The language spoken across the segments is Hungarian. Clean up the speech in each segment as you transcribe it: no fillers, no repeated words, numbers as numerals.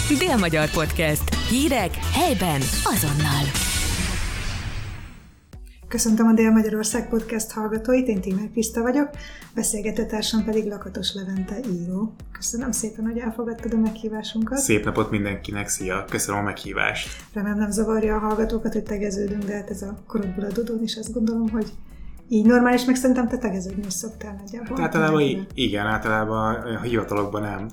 Dél-Magyar Podcast. Hírek helyben azonnal. Köszöntöm a Dél-Magyarország Podcast hallgatóit, én Tímár Kriszta vagyok, beszélgetőtársam pedig Lakatos Levente író. Köszönöm szépen, hogy elfogadtad a meghívásunkat. Szép napot mindenkinek, szia! Köszönöm a meghívást! Remélem nem zavarja a hallgatókat, hogy tegeződünk, de hát ez a korodból adódóan is azt gondolom, hogy így normális, meg szerintem te tegeződni is szoktál nagyjából. Általában a hivatalokban nem.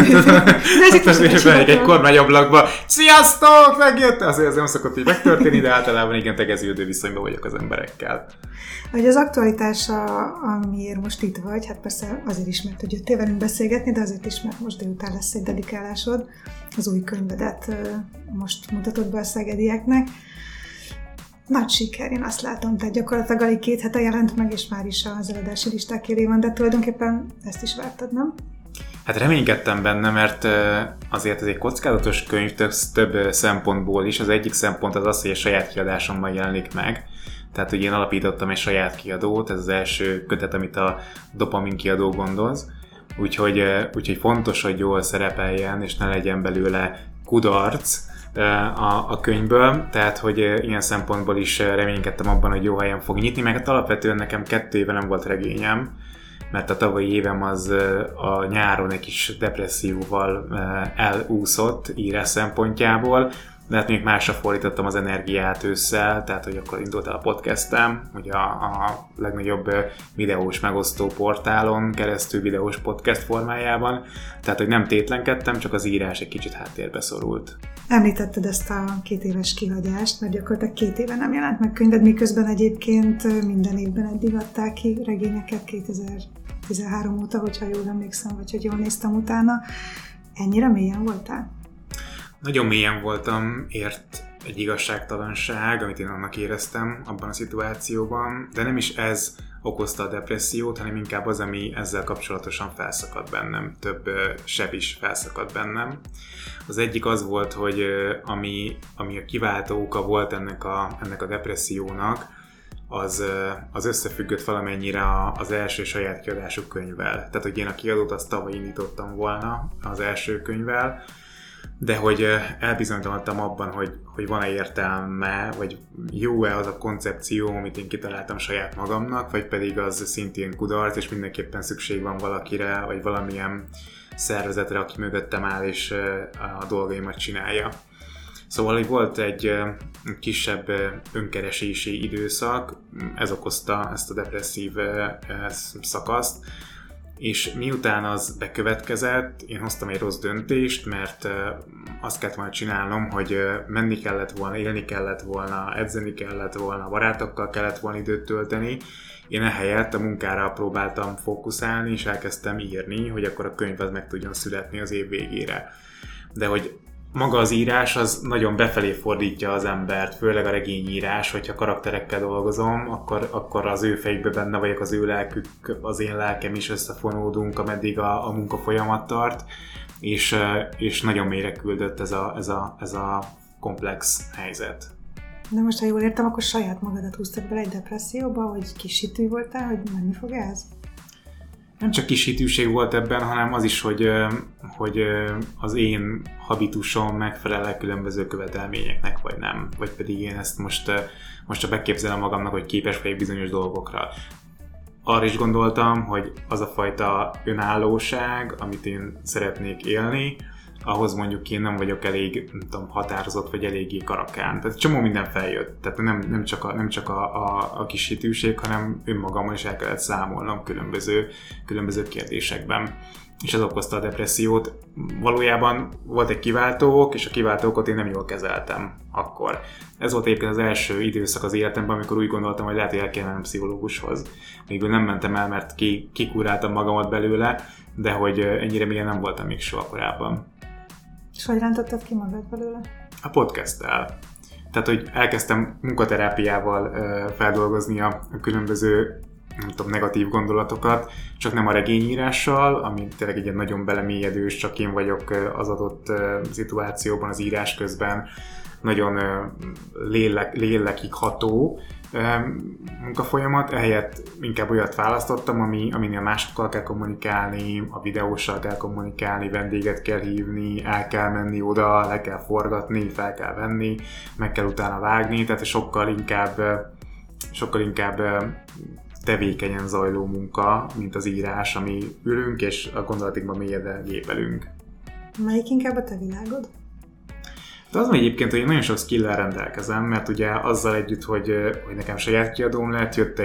De egy kormányablakban, sziasztok, megjött! Azért ez nem szokott így megtörténni, de általában igen, tegeződő viszonyban vagyok az emberekkel. Hogy az aktualitása, amiért most itt vagy, hát persze azért is, mert hogy jöttél velünk beszélgetni, de azért is, mert most délután lesz egy dedikálásod. Az új könyvedet most mutatod be a szegedieknek. Nagy siker, én azt látom, tehát gyakorlatilag alig 2 hete jelent meg, és már is az eladási listák élén van, de tulajdonképpen ezt is vártad, nem? Hát reménykedtem benne, mert azért ez egy kockázatos könyv több szempontból is. Az egyik szempont az, hogy a saját kiadásomban jelenik meg. Tehát, hogy én alapítottam egy saját kiadót, ez az első kötet, amit a Dopamin kiadó gondoz. Úgyhogy fontos, hogy jól szerepeljen, és ne legyen belőle kudarc a könyvből, tehát hogy ilyen szempontból is reménykedtem abban, hogy jó helyen fog nyitni, meg hát alapvetően nekem 2 éve nem volt regényem, mert a tavalyi évem az a nyáron egy kis depresszióval elúszott írás szempontjából, de hát még másra fordítottam az energiát ősszel, tehát hogy akkor indult el a podcastem, ugye a legnagyobb videós megosztó portálon keresztül videós podcast formájában, tehát hogy nem tétlenkedtem, csak az írás egy kicsit háttérbe szorult. Említetted ezt a 2 éves kihagyást, mert gyakorlatilag 2 éve nem jelent meg könyved, miközben egyébként minden évben eddig adták ki regényeket 2013 óta, hogyha jól emlékszem, vagy hogy jól néztem utána. Ennyire mélyen voltál? Nagyon mélyen voltam, ért egy igazságtalanság, amit én annak éreztem abban a szituációban, de nem is ez okozta a depressziót, hanem inkább az, ami ezzel kapcsolatosan felszakadt bennem, több seb is felszakadt bennem. Az egyik az volt, hogy ami a kiváltó oka volt ennek a depressziónak, az összefüggött valamennyire az első saját kiadású könyvvel. Tehát, hogy én a kiadót azt tavaly indítottam volna az első könyvvel, de hogy elbizonytalanodtam abban, hogy van-e értelme, vagy jó-e az a koncepció, amit én kitaláltam saját magamnak, vagy pedig az szintén kudarc, és mindenképpen szükség van valakire, vagy valamilyen szervezetre, aki mögöttem áll, és a dolgaimat csinálja. Szóval, hogy volt egy kisebb önkeresési időszak, ez okozta ezt a depresszív szakaszt, és miután az bekövetkezett, én hoztam egy rossz döntést, mert azt kellett volna csinálnom, hogy menni kellett volna, élni kellett volna, edzeni kellett volna, barátokkal kellett volna időt tölteni. Én ehelyett a munkára próbáltam fókuszálni, és elkezdtem írni, hogy akkor a könyv az meg tudjon születni az év végére. De hogy maga az írás az nagyon befelé fordítja az embert, főleg a regényírás, hogyha karakterekkel dolgozom, akkor az ő fejükbe benne vagyok, az ő lelkük, az én lelkem is összefonódunk, ameddig a munka folyamat tart, és nagyon mélyre küldött ez a komplex helyzet. De most, ha jól értem, akkor saját magadat húztad bele egy depresszióba, hogy kis voltál, hogy menni fog ez? Nem csak kis hitűség volt ebben, hanem az is, hogy az én habitusom megfelel különböző követelményeknek, vagy nem. Vagy pedig én ezt most csak beképzelem magamnak, hogy képes vagyok bizonyos dolgokra. Arra is gondoltam, hogy az a fajta önállóság, amit én szeretnék élni, ahhoz mondjuk én nem vagyok elég, nem tudom, határozott, vagy eléggé karakán. Tehát csomó minden feljött. Tehát nem csak a kis hitűség, hanem önmagammal is el kellett számolnom különböző kérdésekben. És ez okozta a depressziót. Valójában volt egy kiváltók, és a kiváltókat én nem jól kezeltem akkor. Ez volt egyébként az első időszak az életemben, amikor úgy gondoltam, hogy lehet, hogy el kellene pszichológushoz. Még nem mentem el, mert kikuráltam magamat belőle, de hogy ennyire mélyen nem voltam még soha korábban. És hogy rántottad ki magad belőle? A podcasttel. Tehát, hogy elkezdtem munkaterápiával feldolgozni a különböző negatív gondolatokat, csak nem a regényírással, ami tényleg egy ilyen nagyon belemélyedős, csak én vagyok az adott szituációban az írás közben, nagyon lélekig ható, munkafolyamat, ehelyett inkább olyat választottam, aminél másokkal kell kommunikálni, a videóssal kell kommunikálni, vendéget kell hívni, el kell menni oda, le kell forgatni, fel kell venni, meg kell utána vágni, tehát sokkal inkább tevékenyen zajló munka, mint az írás, ami ülünk, és a gondolatikban mélyedve gépelünk. Melyik inkább a te világod? De az egyébként, hogy én nagyon sok skill-lel rendelkezem, mert ugye azzal együtt, hogy nekem saját kiadóm lett, jött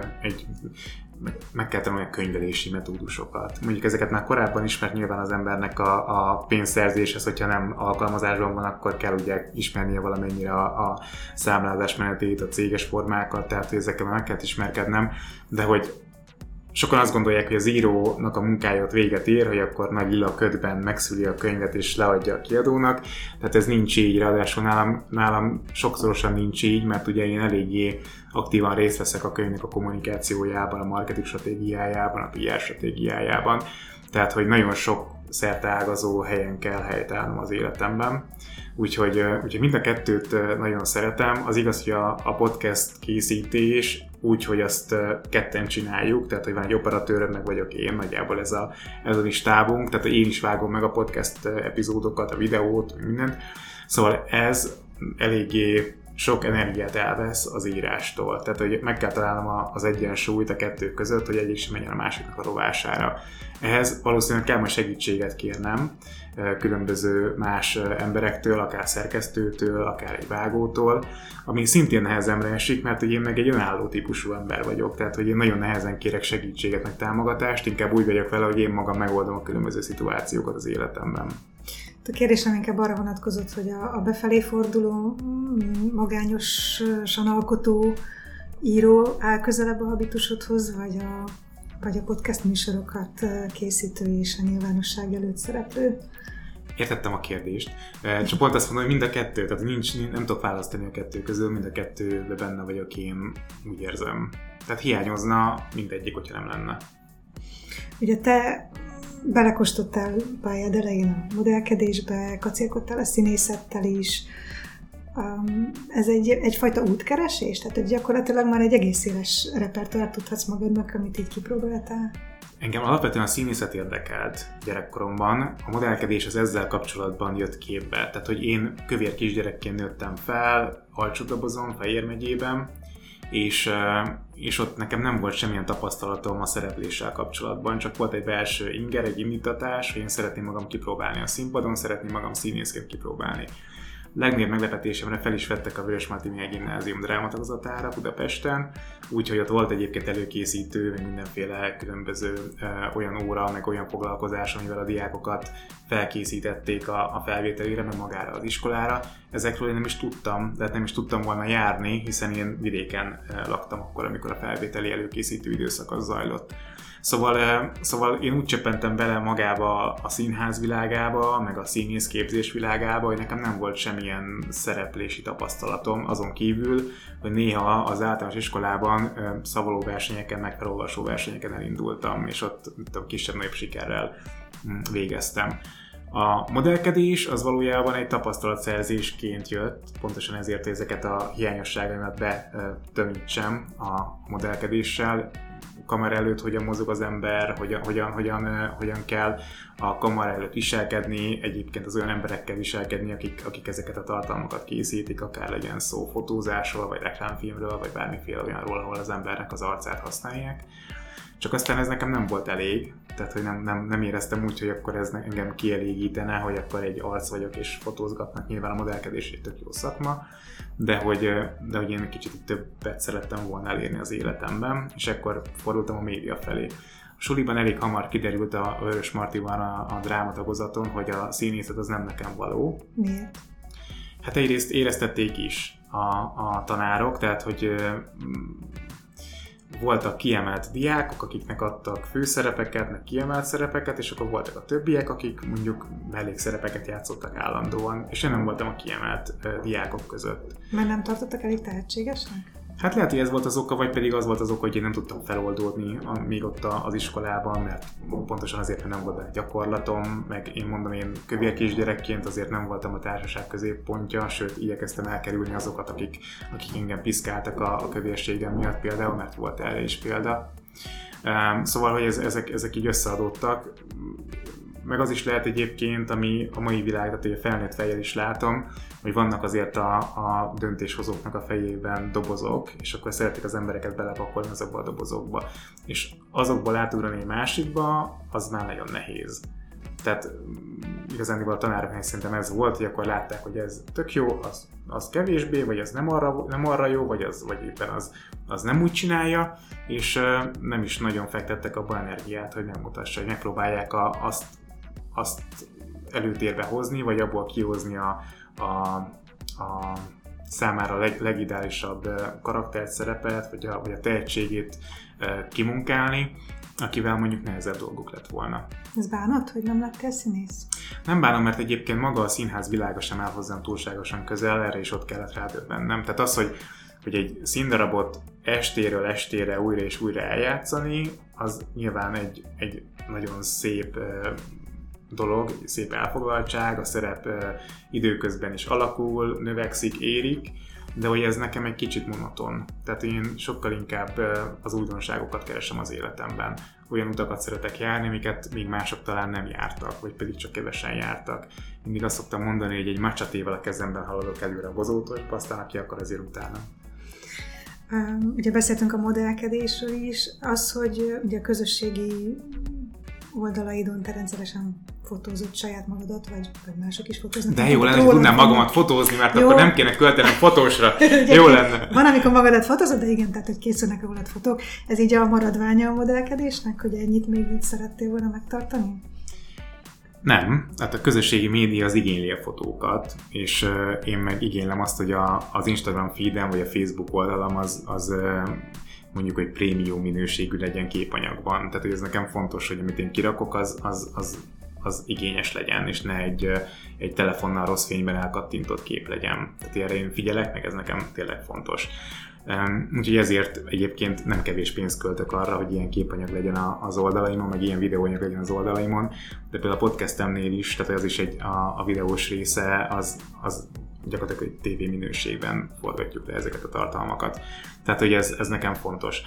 meg kell tanulni a könyvelési metódusokat. Mondjuk ezeket már korábban ismert nyilván az embernek a pénzszerzéshez, hogyha nem alkalmazásban van, akkor kell ugye ismernie valamennyire a számlázás menetét, a céges formákat, tehát hogy ezekkel meg kell ismerkednem, de hogy sokan azt gondolják, hogy az írónak a munkája ott véget ér, hogy akkor nagy lila ködben megszüli a könyvet és leadja a kiadónak. Tehát ez nincs így, ráadásul nálam sokszorosan nincs így, mert ugye én eléggé aktívan részt veszek a könyvnek a kommunikációjában, a marketing stratégiájában, a PR stratégiájában. Tehát, hogy nagyon sok szerteágazó helyen kell helytállnom az életemben. Úgyhogy mind a kettőt nagyon szeretem. Az igaz, hogy a podcast készítés úgy, hogy azt ketten csináljuk, tehát hogy van egy operatőröm, meg vagyok én, nagyjából ez a mi stábunk, tehát én is vágom meg a podcast epizódokat, a videót, mindent. Szóval ez eléggé sok energiát elvesz az írástól. Tehát, hogy meg kell találnom az egyensúlyt a kettő között, hogy egyik sem menjen a másiknak a rovására. Ehhez valószínűleg kell majd segítséget kérnem különböző más emberektől, akár szerkesztőtől, akár egy vágótól, ami szintén nehezemre esik, mert hogy én meg egy önálló típusú ember vagyok, tehát hogy én nagyon nehezen kérek segítséget, meg támogatást, inkább úgy vagyok vele, hogy én magam megoldom a különböző szituációkat az életemben. A kérdésem inkább arra vonatkozott, hogy a befelé forduló, magányosan alkotó író áll közelebb a habitusodhoz, vagy a podcast műsorokat készítő és a nyilvánosság előtt szereplő? Értettem a kérdést. Csak pont azt mondom, hogy mind a kettő, tehát nem tudok választani a kettő közül, mind a kettőben benne vagyok én, úgy érzem. Tehát hiányozna mindegyik, hogyha nem lenne. Ugye te belekóstoltál pályád elején a modellkedésbe, kacérkodtál a színészettel is. Ez egyfajta útkeresés? Tehát gyakorlatilag már egy egész éles repertoárt tudhatsz magadnak, amit így kipróbáltál? Engem alapvetően a színészet érdekelt gyerekkoromban. A modellkedés az ezzel kapcsolatban jött képbe. Tehát, hogy én kövér kisgyerekként nőttem fel, Alcsodobozon, Fejér megyében, és ott nekem nem volt semmilyen tapasztalatom a szerepléssel kapcsolatban, csak volt egy belső inger, egy indítatás, hogy én szeretném magam kipróbálni a színpadon, szeretném magam színészként kipróbálni. Legnagyobb meglepetésemre fel is vettek a Vörösmarty Gimnázium drámatagozatára Budapesten, úgyhogy ott volt egyébként előkészítő, meg mindenféle különböző olyan óra, meg olyan foglalkozás, amivel a diákokat felkészítették a felvételére, meg magára az iskolára. Ezekről én nem is tudtam, de nem is tudtam volna járni, hiszen én vidéken laktam akkor, amikor a felvételi előkészítő időszak az zajlott. Szóval én úgy csöppentem bele magába a színház világába, meg a színészképzés világába, hogy nekem nem volt semmilyen szereplési tapasztalatom, azon kívül, hogy néha az általános iskolában szavaló versenyeken, meg felolvasó versenyeken elindultam, és ott kisebb-nagyobb sikerrel végeztem. A modellkedés az valójában egy tapasztalatszerzésként jött, pontosan ezért, hogy ezeket a hiányosságaimat betömítsem a modellkedéssel. Kamera előtt hogyan mozog az ember, hogyan kell a kamera előtt viselkedni, egyébként az olyan emberekkel viselkedni, akik ezeket a tartalmakat készítik, akár legyen szó fotózásról, vagy reklámfilmről, vagy bármiféle olyanról, ahol az embernek az arcát használják. Csak aztán ez nekem nem volt elég, tehát hogy nem éreztem úgy, hogy akkor ez engem kielégítene, hogy akkor egy arc vagyok és fotózgatnak, nyilván a modellkedés egy tök jó szakma, de hogy én egy kicsit többet szerettem volna elérni az életemben, és akkor fordultam a média felé. A suliban elég hamar kiderült a Vörösmartyban a drámatagozaton, hogy a színészet az nem nekem való. Miért? Hát egyrészt éreztették is a tanárok, tehát hogy voltak kiemelt diákok, akiknek adtak főszerepeket, meg kiemelt szerepeket, és akkor voltak a többiek, akik mondjuk mellékszerepeket játszottak állandóan, és én nem voltam a kiemelt diákok között. Mert nem tartottak elég tehetségesnek? Hát lehet, hogy ez volt az oka, vagy pedig az volt az oka, hogy én nem tudtam feloldódni még ott az iskolában, mert pontosan azért, mert nem volt benne gyakorlatom, meg én mondom, én kövér kisgyerekként azért nem voltam a társaság középpontja, sőt, igyekeztem elkerülni azokat, akik engem piszkáltak a kövérségem miatt például, mert volt erre is példa. Szóval, hogy ezek így összeadódtak. Meg az is lehet egyébként, ami a mai világ, tehát a felnőtt fejjel is látom, hogy vannak azért a döntéshozóknak a fejében dobozok, és akkor szeretik az embereket belepakolni azokba a dobozokba. És azokból átugrani egy másikba, az már nagyon nehéz. Tehát igazán a tanároknál szerintem ez volt, hogy akkor látták, hogy ez tök jó, az kevésbé, vagy ez nem arra jó, vagy éppen az nem úgy csinálja, és nem is nagyon fektettek abba energiát, hogy megmutassa, hogy megpróbálják azt előtérbe hozni, vagy abból kihozni a számára legideálisabb karaktert, szerepet, vagy a tehetségét kimunkálni, akivel mondjuk nehezebb dolgok lett volna. Ez bánat, hogy nem lettél színész? Nem bánom, mert egyébként maga a színház világa sem áll hozzám túlságosan közel, erre is ott kellett rádöbbennem. Tehát az, hogy egy színdarabot estéről estére újra és újra eljátszani, az nyilván egy nagyon szép dolog, szép elfoglaltság, a szerep időközben is alakul, növekszik, érik, de hogy ez nekem egy kicsit monoton. Tehát én sokkal inkább az újdonságokat keresem az életemben. Olyan utakat szeretek járni, amiket még mások talán nem jártak, vagy pedig csak kevesen jártak. Mindig azt szoktam mondani, hogy egy macsatéval a kezemben haladok előre a bozótosba, aztán aki akar, azért utána. Ugye beszéltünk a modellkedésről is, az, hogy ugye a közösségi oldalaidon te rendszeresen fotózott saját magadat, vagy mások is fotóznak. De jó lenne, hogy tudnám magamat fotózni, mert jó. Akkor nem kéne költenem fotósra. Jó lenne. Van, amikor magadat fotózod, de igen, tehát hogy készülnek rólad fotók. Ez így a maradványa a modellkedésnek, hogy ennyit még így szerettél volna megtartani? Nem, hát a közösségi média az igényli a fotókat, és én meg igénylem azt, hogy az Instagram feedem, vagy a Facebook oldalam az mondjuk, hogy prémium minőségű legyen képanyagban. Tehát, hogy ez nekem fontos, hogy amit én kirakok, az igényes legyen, és ne egy telefonnal rossz fényben elkattintott kép legyen. Tehát erre én figyelek, meg ez nekem tényleg fontos. Úgyhogy ezért egyébként nem kevés pénzt költök arra, hogy ilyen képanyag legyen az oldalaimon, meg ilyen videóanyag legyen az oldalaimon, de például a podcastemnél is, tehát az is a videós része, az gyakorlatilag egy TV minőségben forgatjuk le ezeket a tartalmakat. Tehát, hogy ez nekem fontos.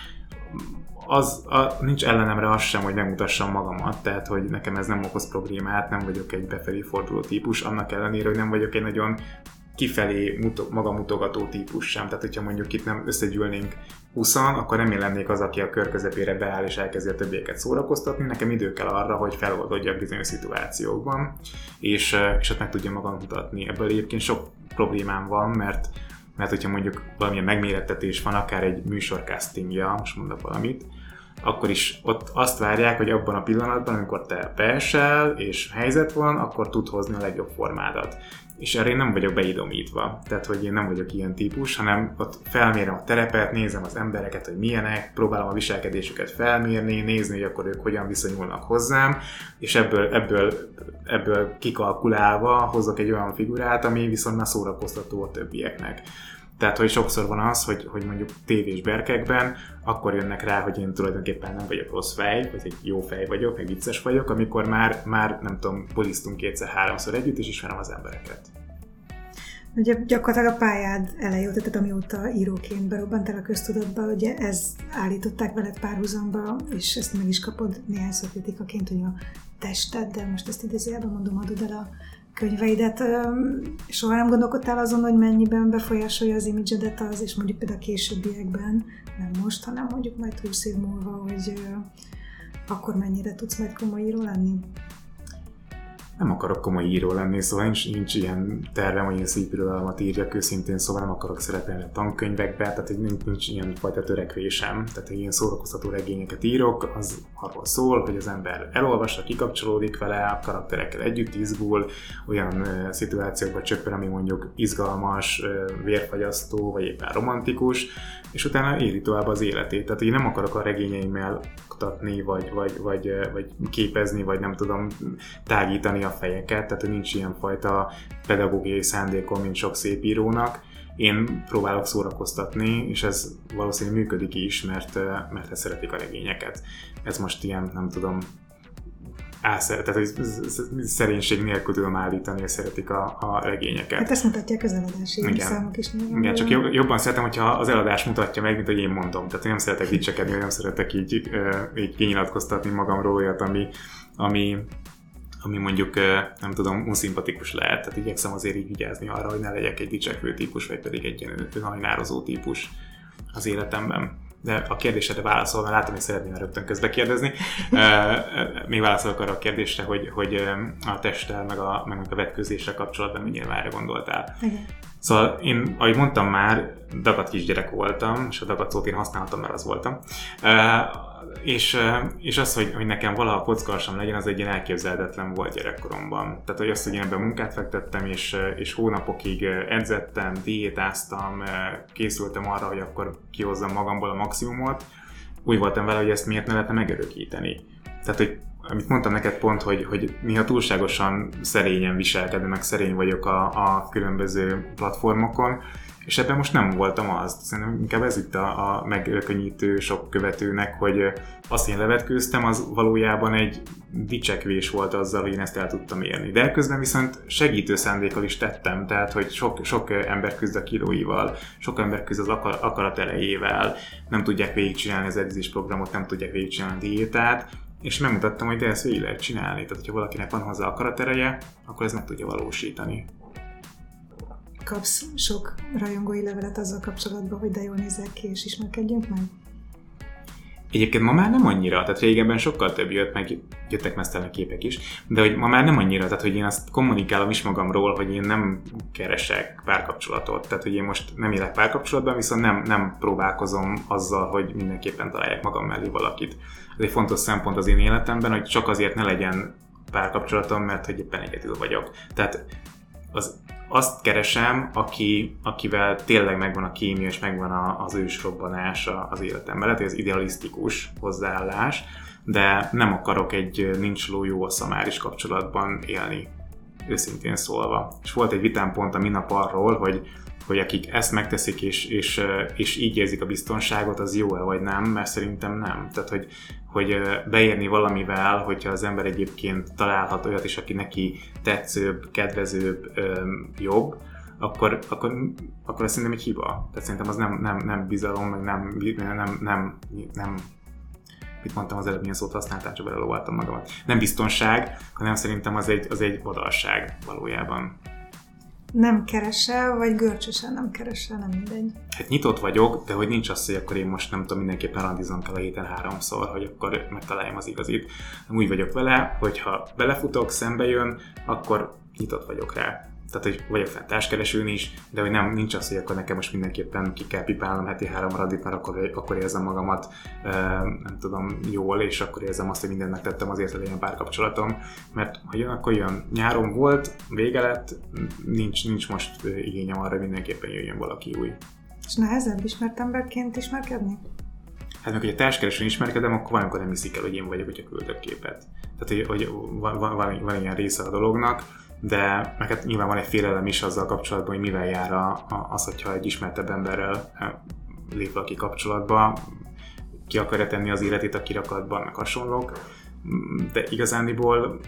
Nincs ellenemre az sem, hogy megmutassam magamat, tehát, hogy nekem ez nem okoz problémát, nem vagyok egy befelé forduló típus, annak ellenére, hogy nem vagyok egy nagyon kifelé magamutogató típus sem. Tehát, hogyha mondjuk itt nem összegyűlnénk 20-an, akkor nem én lennék az, aki a kör közepére beáll és elkezdi a többieket szórakoztatni. Nekem idő kell arra, hogy feloldódjak bizonyos szituációkban, és ott meg tudjam magam mutatni. Ebből egyébként sok problémám van, mert hogyha mondjuk valamilyen megmérettetés van, akár egy műsor castingja, most mondok valamit, akkor is ott azt várják, hogy abban a pillanatban, amikor te beesel és helyzet van, akkor tud hozni a legjobb formádat. És erre én nem vagyok beidomítva, tehát hogy én nem vagyok ilyen típus, hanem ott felmérem a terepet, nézem az embereket, hogy milyenek, próbálom a viselkedésüket felmérni, nézni, hogy akkor ők hogyan viszonyulnak hozzám, és ebből kikalkulálva hozok egy olyan figurát, ami viszont már szórakoztató a többieknek. Tehát, hogy sokszor van az, hogy mondjuk tévés berkekben akkor jönnek rá, hogy én tulajdonképpen nem vagyok rossz fej, vagy egy jó fej vagyok, meg vicces vagyok, amikor már nem tudom, bulisztunk kétszer-háromszor együtt, és ismerem az embereket. Ugye gyakorlatilag a pályád elején, tehát amióta íróként berobbantál a köztudatba, ugye ezt állították veled párhuzamba, és ezt meg is kapod néhányszor kritikaként, hogy a tested, de most ezt idézőjelben mondom, adod el a könyveidet. Soha nem gondolkodtál azon, hogy mennyiben befolyásolja az imidzsedet az, és mondjuk például a későbbiekben, nem most, hanem mondjuk majd 20 év múlva, hogy akkor mennyire tudsz majd komoly író lenni? Nem akarok komoly író lenni, szóval nincs ilyen tervem, hogy én szép irodalmat írjak őszintén, szóval nem akarok szerepelni a tankönyvekbe, tehát nincs ilyen fajta törekvésem. Tehát, hogy ilyen szórakoztató regényeket írok, az arról szól, hogy az ember elolvassa, kikapcsolódik vele, a karakterekkel együtt izgul, olyan szituációkba csöppen, ami mondjuk izgalmas, vérfagyasztó, vagy éppen romantikus, és utána éli tovább az életét. Tehát, én nem akarok a regényeimmel oktatni, vagy képezni, vagy nem tudom, tágítani a fejeket, tehát nincs ilyen fajta pedagógiai szándékom, mint sok szép írónak, én próbálok szórakoztatni, és ez valószínűleg működik is, mert szeretik a regényeket. Ez most ilyen, nem tudom, tehát hogy szerénység nélkül tudom állítani, hogy szeretik a regényeket. Hát ezt mutatják az eladási számok is. Igen, csak jobban szeretem, hogyha az eladás mutatja meg, mint hogy én mondom. Tehát nem szeretek dicsekedni, nem szeretek így kinyilatkoztatni magamról olyat, ami mondjuk, nem tudom, unszimpatikus lehet. Tehát igyekszem azért így vigyázni arra, hogy ne legyek egy dicsekvő típus, vagy pedig egy ilyen önhajnározó típus az életemben. De a kérdésedre válaszolva, látom, hogy szeretném rögtön közbe kérdezni. Még válaszolok arra a kérdésre, hogy a testtel, meg a vetkőzéssel kapcsolatban mennyire már erre gondoltál. Igen. Szóval én, ahogy mondtam már, dagat kisgyerek voltam, és a dagat szót én használhatom, mert az voltam. És az, hogy nekem valaha kockarsam legyen, az egy ilyen elképzelhetetlen volt gyerekkoromban. Tehát, hogy azt, hogy én ebben munkát fektettem, és hónapokig edzettem, diétáztam, készültem arra, hogy akkor kihozzam magamból a maximumot, úgy voltam vele, hogy ezt miért ne lehetne megörökíteni. Tehát, hogy amit mondtam neked pont, hogy néha túlságosan szerényen viselkedem, meg szerény vagyok a különböző platformokon, és ebben most nem voltam az. Szerintem inkább ez itt a megkönnyítő sok követőnek, hogy azt én levetkőztem, az valójában egy dicsekvés volt azzal, hogy én ezt el tudtam érni. De közben viszont segítő szándékkal is tettem, tehát hogy sok ember küzd a kilóival, sok ember küzd az akarat erejével, nem tudják végigcsinálni az edzésprogramot, nem tudják végigcsinálni a diétát, és megmutattam, hogy de ezt végig lehet csinálni. Tehát, hogyha valakinek van hozzá akaratereje, akkor ez meg tudja valósítani. Kapsz sok rajongói levelet azzal kapcsolatban, hogy de jól nézzek ki, és ismerkedjünk meg? Egyébként ma már nem annyira, tehát régebben sokkal több jött, meg jöttek mesztelni képek is, de hogy ma már nem annyira, tehát hogy én azt kommunikálom is magamról, hogy én nem keresek párkapcsolatot, tehát hogy én most nem élek párkapcsolatban, viszont nem próbálkozom azzal, hogy mindenképpen találjak magam mellé valakit. Ez egy fontos szempont az én életemben, hogy csak azért ne legyen párkapcsolatom, mert hogy éppen egyedül vagyok. Tehát azt keresem, akivel tényleg megvan a kémia, és megvan az ősrobbanás az életemben. Lehet, hogy ez idealisztikus hozzáállás, de nem akarok egy nincs ló jó a szamáris kapcsolatban élni, őszintén szólva. És volt egy vitámpont a minap arról, hogy akik ezt megteszik, és így érzik a biztonságot, az jó-e vagy nem, mert szerintem nem. Tehát, hogy beérni valamivel, hogyha az ember egyébként találhat olyat is, aki neki tetszőbb, kedvezőbb, jobb, akkor ez szerintem egy hiba. Tehát szerintem az nem bizalom, meg nem mit mondtam az előbb, milyen szót használtál, csak belelovaltam magamat. Nem biztonság, hanem szerintem az egy vadalság valójában. Nem keresel, vagy görcsösen nem keresel, nem mindegy. Hát nyitott vagyok, de hogy nincs az, hogy akkor én most nem tudom, mindenképpen randiznom kell a héten 3-szor, hogy akkor megtaláljam az igazit. Úgy vagyok vele, hogyha belefutok, szembe jön, akkor nyitott vagyok rá. Tehát, hogy vagyok fent társkeresőn is, de hogy nincs az, hogy akkor nekem most mindenképpen ki kell pipálnom heti 3 randit, mert akkor érzem magamat, nem tudom, jól, és akkor érzem azt, hogy mindent megtettem azért, hogy legyen párkapcsolatom. Mert ha jön, akkor jön. Nyáron volt, vége lett, nincs most igényem arra, hogy mindenképpen jöjjön valaki új. És nehezebb ismert emberként ismerkedni? Hát meg, hogyha társkeresőn ismerkedem, akkor van, amikor nem hiszik el, hogy én vagyok, hogyha küldök képet. Tehát, hogy van ilyen része a dolognak, de meg hát nyilván van egy félelem is azzal kapcsolatban, hogy mivel jár az, hogyha egy ismertebb emberrel lép valaki kapcsolatba, ki akarja tenni az életét a kirakatban, meg hasonlók, de igazándiból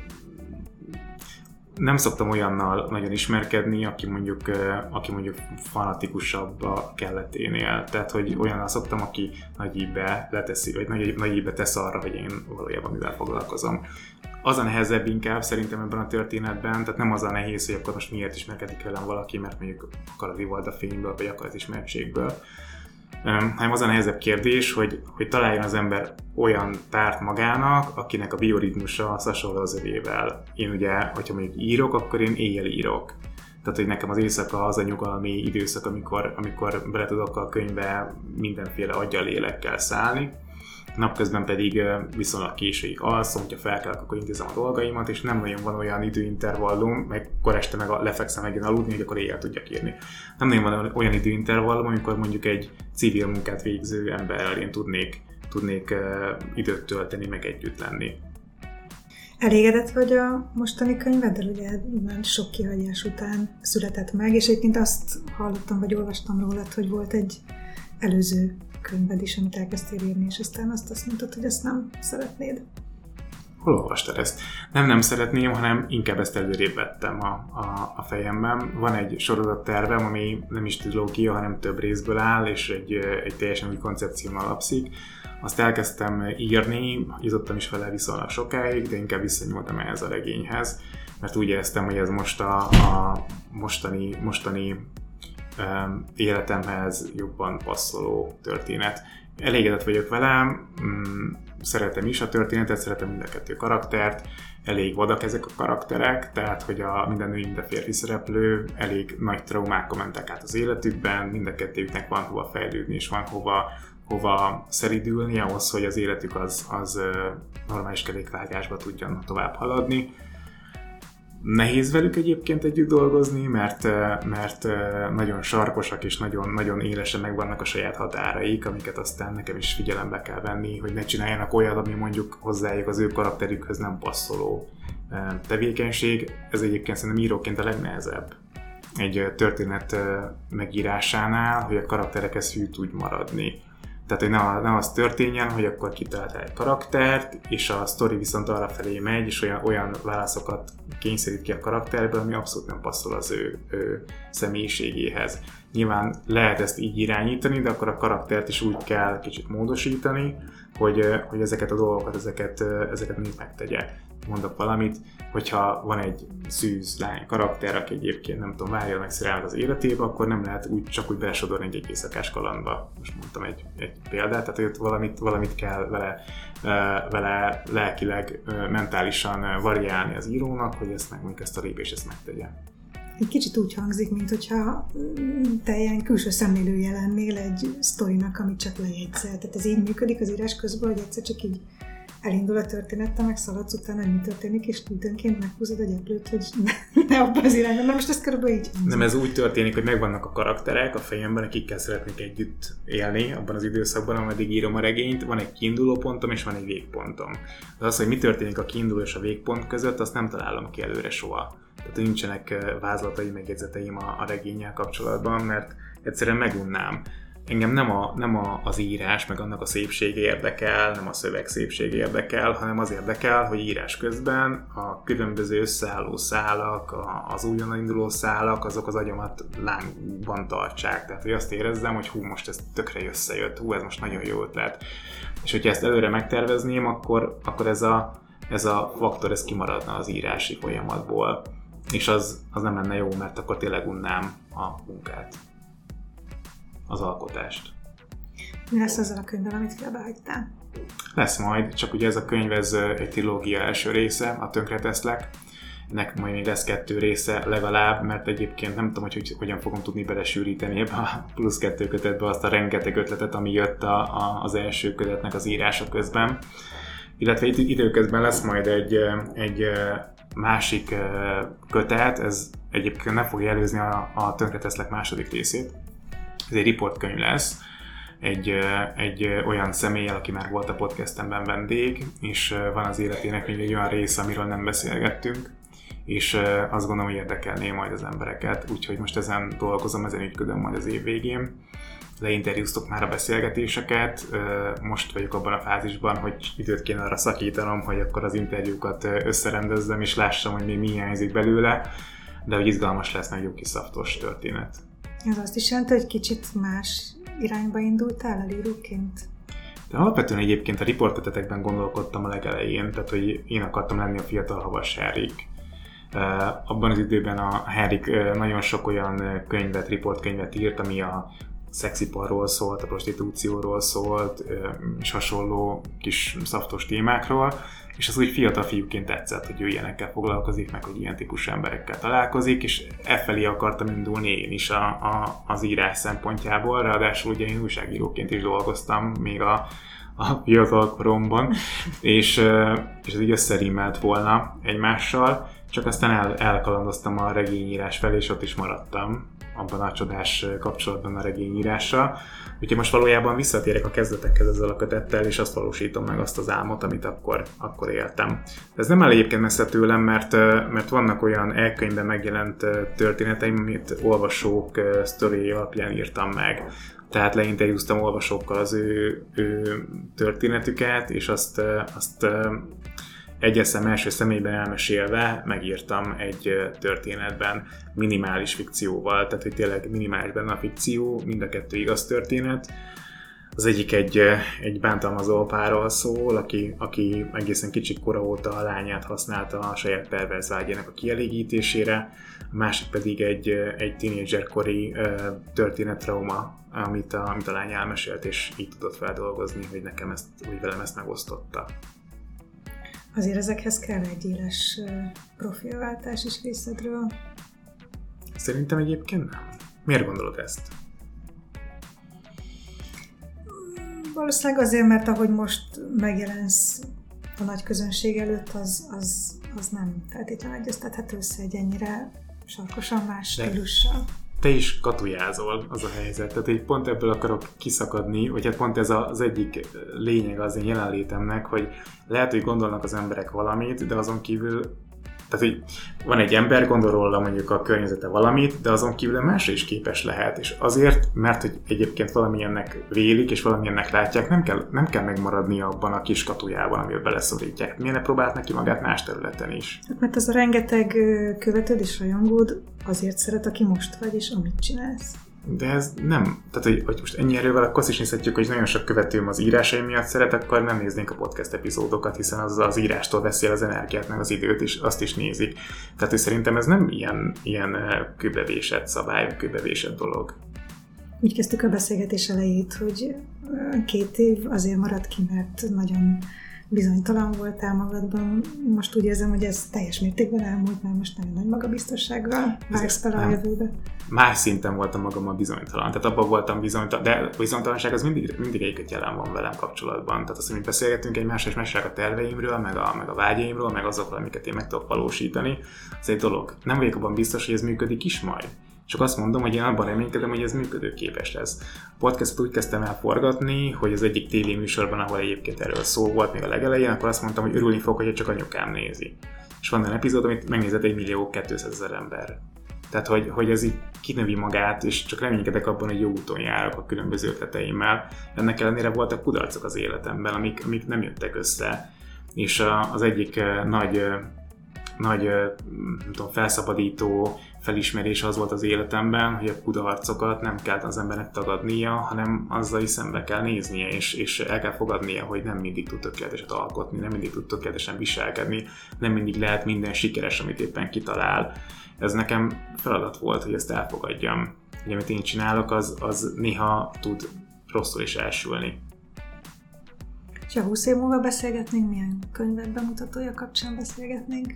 nem szoktam olyannal nagyon ismerkedni, aki mondjuk fanatikusabb a kelleténél. Tehát, hogy olyannal szoktam, aki nagy ízbe leteszi, vagy nagy ízbe tesz arra, hogy én valójában mivel foglalkozom. Az a nehezebb inkább szerintem ebben a történetben, tehát nem az a nehéz, hogy akkor most miért ismerkedik velem valaki, mert mondjuk akar a Rivalda fényből, vagy akar az ismertségből, hanem az a nehezebb kérdés, hogy találjon az ember olyan párt magának, akinek a bioritmusa hasonló az övével. Én ugye, hogyha mondjuk írok, akkor én éjjel írok. Tehát, hogy nekem az éjszaka az a nyugalmi időszak, amikor bele tudok a könyvbe mindenféle aggyal, lélekkel szállni. Napközben pedig viszonylag későig alszom, hogyha felkelek, akkor intézem a dolgaimat, és nem nagyon van olyan időintervallum, meg akkor este meg lefekszem megint aludni, hogy akkor éjjel tudjak írni. Nem nagyon van olyan időintervallum, amikor mondjuk egy civil munkát végző emberrel én tudnék időt tölteni, meg együtt lenni. Elégedett vagy a mostani könyveddel? Ugye már sok kihagyás után született meg, és egyébként azt hallottam, vagy olvastam rólad, hogy volt egy előző könyved is, amit elkezdtél írni, és aztán azt mondtad, hogy ezt nem szeretnéd. Hol olvastad ezt? Nem szeretném, hanem inkább ezt előrébb vettem a fejemben. Van egy sorozattervem, ami nem is trilógia, hanem több részből áll, és egy teljesen új koncepción alapszik. Azt elkezdtem írni, jutottam is vele viszonylag sokáig, de inkább visszanyúltam ehhez a regényhez, mert úgy éreztem, hogy ez most a mostani életemhez jobban passzoló történet. Elégedett vagyok vele, szeretem is a történetet, szeretem mind a kettő karaktert, elég vadak ezek a karakterek, tehát hogy minden női, mind a férfi szereplő elég nagy traumákkal mentek át az életükben, mind a kettőjüknek van hova fejlődni, és van hova szeridülni ahhoz, hogy az életük az normális kerékvágásba tudjon tovább haladni. Nehéz velük egyébként együtt dolgozni, mert nagyon sarkosak és nagyon élesen megvannak a saját határaik, amiket aztán nekem is figyelembe kell venni, hogy ne csináljanak olyat, ami mondjuk hozzájuk az ő karakterükhöz nem passzoló tevékenység. Ez egyébként szerintem íróként a legnehezebb egy történet megírásánál, hogy a karakterekhez hű tudj maradni. Tehát, hogy ne az történjen, hogy akkor kitaláltál egy karaktert, és a sztori viszont arra felé megy, és olyan válaszokat kényszerít ki a karakterből, ami abszolút nem passzol az ő személyiségéhez. Nyilván lehet ezt így irányítani, de akkor a karaktert is úgy kell kicsit módosítani, hogy ezeket a dolgokat, ezeket mind megtegye. Mondok valamit, hogyha van egy szűz lány karakter, aki egyébként nem tudom, várja meg szerelmet az életébe, akkor nem lehet csak úgy belesodorni egy éjszakás kalandba. Most mondtam egy példát, tehát hogy valamit kell vele lelkileg, mentálisan variálni az írónak, hogy ezt a lépést ezt megtegye. Egy kicsit úgy hangzik, mintha te ilyen külső szemlélője lennél egy sztorinak, amit csak lejegyzel. Tehát ez így működik az írás közben, hogy egyszer csak így elindul a történettel, meg szaladsz utána, hogy mi történik, és időnként meghúzod a gyeplőt, hogy ne abban az irányban. Na most ez körülbelül így hangzik. Nem, ez úgy történik, hogy megvannak a karakterek a fejemben, akikkel szeretnék együtt élni abban az időszakban, ameddig írom a regényt. Van egy kiinduló pontom, és van egy végpontom. De az, hogy mi történik a kiinduló és a végpont között, azt nem találom ki előre soha. Tehát nincsenek vázlatai, megjegyzeteim a regénnyel kapcsolatban, mert egyszerűen megunnám. Engem nem az írás, meg annak a szépsége érdekel, nem a szöveg szépsége érdekel, hanem az érdekel, hogy írás közben a különböző összeálló szálak, az újonnan induló szálak, azok az agyamat lángban tartsák. Tehát, hogy azt érezzem, hogy most ez tökre összejött, ez most nagyon jó ötlet. És hogyha ezt előre megtervezném, akkor ez a faktor, ez kimaradna az írási folyamatból. És az nem lenne jó, mert akkor tényleg unnám a munkát, az alkotást. Mi lesz azzal a könyvvel, amit félbehagytál? Lesz majd, csak ugye ez a könyv, ez egy trilógia első része, a Tönkreteszlek. Ennek majd még lesz 2 része legalább, mert egyébként nem tudom, hogy hogyan fogom tudni belesűríteni ebbe a plusz 2 kötetbe azt a rengeteg ötletet, ami jött az első kötetnek az írása közben. Illetve időközben lesz majd egy másik kötet, ez egyébként nem fogja előzni a Tönkreteszlek második részét. Ez egy riportkönyv lesz, egy olyan személlyel, aki már volt a podcastemben vendég, és van az életének még egy olyan része, amiről nem beszélgettünk, és azt gondolom, hogy érdekelné majd az embereket, úgyhogy most ezen dolgozom, ezen ügyködöm majd az év végén. Leinterjúztok már a beszélgetéseket, most vagyok abban a fázisban, hogy időt kéne arra szakítanom, hogy akkor az interjúkat összerendezzem, és lássam, hogy még mi hiányzik belőle, de hogy izgalmas lesz, meg jó kis szaftos történet. Ez azt is jelenti, hogy kicsit más irányba indultál elíróként? De alapvetően egyébként a riportkötetekben gondolkodtam a legelején, tehát hogy én akartam lenni a fiatal havas Henrik. Abban az időben a Henrik nagyon sok olyan riportkönyvet írt, ami a szexiparról szólt, a prostitúcióról szólt, és hasonló kis szaftos témákról, és az úgy fiatal fiúként tetszett, hogy ő ilyenekkel foglalkozik, meg hogy ilyen típusú emberekkel találkozik, és felé akartam indulni én is az írás szempontjából, ráadásul ugye én újságíróként is dolgoztam még a fiatal koromban, és ez így összerímelt volna egymással, csak aztán elkalandoztam a regényírás felé, és ott is maradtam. abban a csodás kapcsolatban a regényírásra. Úgyhogy most valójában visszatérek a kezdetekhez ezzel a kötettel, és azt valósítom meg azt az álmot, amit akkor éltem. Ez nem áll egyébként messze tőlem, mert vannak olyan elkönyvben megjelent történeteim, amit olvasók sztoriai alapján írtam meg. Tehát leinterjúztam olvasókkal az ő történetüket, és azt egyes szem első személyben elmesélve megírtam egy történetben minimális fikcióval, tehát hogy tényleg minimális benne a fikció, mind a kettő igaz történet. Az egyik egy bántalmazó apáról szól, aki egészen kicsi kora óta a lányát használta a saját perverz vágyának a kielégítésére, a másik pedig egy tínédzserkori történettrauma, amit a lány elmesélt, és így tudott feldolgozni, hogy velem ezt megosztotta. Azért ezekhez kell egy éles profilváltás is részedről. Szerintem egyébként nem. Miért gondolod ezt? Valószínűleg azért, mert ahogy most megjelensz a nagy közönség előtt, az nem feltétlenül egyeztethető össze egy ennyire sarkosan más stílussal. Te is katujázol, az a helyzet. Tehát hogy pont ebből akarok kiszakadni, vagy hát pont ez az egyik lényeg az én jelenlétemnek, hogy lehet, hogy gondolnak az emberek valamit, de azon kívül, tehát hogy van egy ember, gondol róla mondjuk a környezete valamit, de azon kívül másra is képes lehet. És azért, mert hogy egyébként valamilyennek vélik, és valamilyennek látják, nem kell megmaradni abban a kis katujában, amivel beleszorítják. Miért ne próbált neki magát más területen is? Mert az a rengeteg követőd és rajongód azért szeret, aki most vagy, és amit csinálsz. De ez nem, tehát hogy most ennyi erővel akkor azt is nézhetjük, hogy nagyon sok követőm az írásaim miatt szeret, akkor nem néznénk a podcast epizódokat, hiszen az írástól veszi el az energiát, meg az időt, és azt is nézik. Tehát hogy szerintem ez nem ilyen kőbevésett szabály, kőbevésett dolog. Úgy kezdtük a beszélgetés elejét, hogy 2 év azért maradt ki, mert nagyon bizonytalan voltál magadban. Most úgy érzem, hogy ez teljes mértékben elmúlt, mert most nagyon nagy magabiztossággal vágsz fel a jövőbe. Más szinten voltam magammal bizonytalan. Tehát abban voltam bizonytalan, de a bizonytalanság az mindig egyiket jelen van velem kapcsolatban. Tehát azt, hogy mi beszélgetünk egymással, és mesélek a terveimről, meg a vágyaimról, meg azokról, amiket én meg tudok valósítani. Ez egy dolog. Nem vagyok abban biztos, hogy ez működik is majd. Csak azt mondom, hogy én abban reménykedem, hogy ez működőképes lesz. A podcastot úgy kezdtem el forgatni, hogy az egyik tévéműsorban, ahol egyébként erről szó volt még a legelején, akkor azt mondtam, hogy örülni fogok, hogy csak anyukám nézi. És van egy epizód, amit megnézett 1.200.000 ember. Tehát, hogy ez így kinövi magát, és csak reménykedek abban, hogy jó úton járok a különböző ötleteimmel. Ennek ellenére voltak kudarcok az életemben, amik nem jöttek össze. És az egyik nagy nem tudom, felszabadító felismerés az volt az életemben, hogy a kudarcokat nem kell az embernek tagadnia, hanem azzal is szembe kell néznie, és el kell fogadnia, hogy nem mindig tud tökéleteset alkotni, nem mindig tud tökéletesen viselkedni, nem mindig lehet minden sikeres, amit éppen kitalál. Ez nekem feladat volt, hogy ezt elfogadjam. Ugye, amit én csinálok, az néha tud rosszul is elsülni. És ha 20 év múlva beszélgetnénk, milyen könyvek bemutatója kapcsán beszélgetnénk?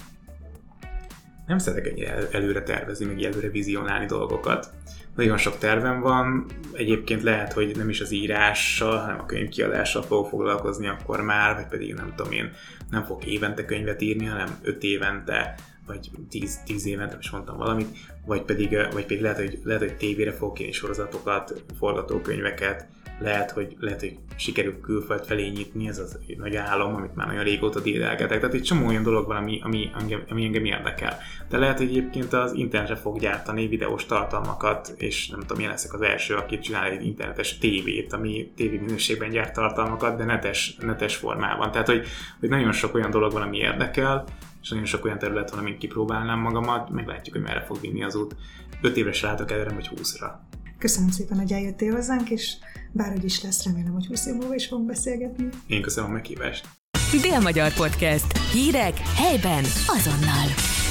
Nem szeretek előre tervezni, meg előre vizionálni dolgokat. Nagyon sok tervem van, egyébként lehet, hogy nem is az írással, hanem a könyvkiadással fogok foglalkozni akkor már, vagy pedig nem tudom én, nem fogok évente könyvet írni, hanem 5 évente, vagy 10 évente, is mondtam valamit, vagy pedig lehet, hogy tévére fogok írni sorozatokat, forgatókönyveket, lehet, hogy sikerül külföld felé nyitni, ez az nagy álom, amit már nagyon régóta dédelgetek. Tehát egy csomó olyan dolog van, ami engem érdekel. De lehet, hogy egyébként az internetre fog gyártani videós tartalmakat, és nem tudom, én leszek az első, aki csinál egy internetes tévét, ami tévéminőségben gyárt tartalmakat, de netes formában. Tehát, hogy nagyon sok olyan dolog van, ami érdekel, és nagyon sok olyan terület van, amin kipróbálnám magamat, meglátjuk, hogy merre fog vinni az út. 5 évre se látok előre, vagy 20-ra. Köszönöm szépen, hogy eljöttél hozzánk, és bárhogy is lesz, remélem, hogy 20 év múlva is fogunk beszélgetni. Én köszönöm a meghívást. Dél-Magyar Podcast. Hírek helyben azonnal.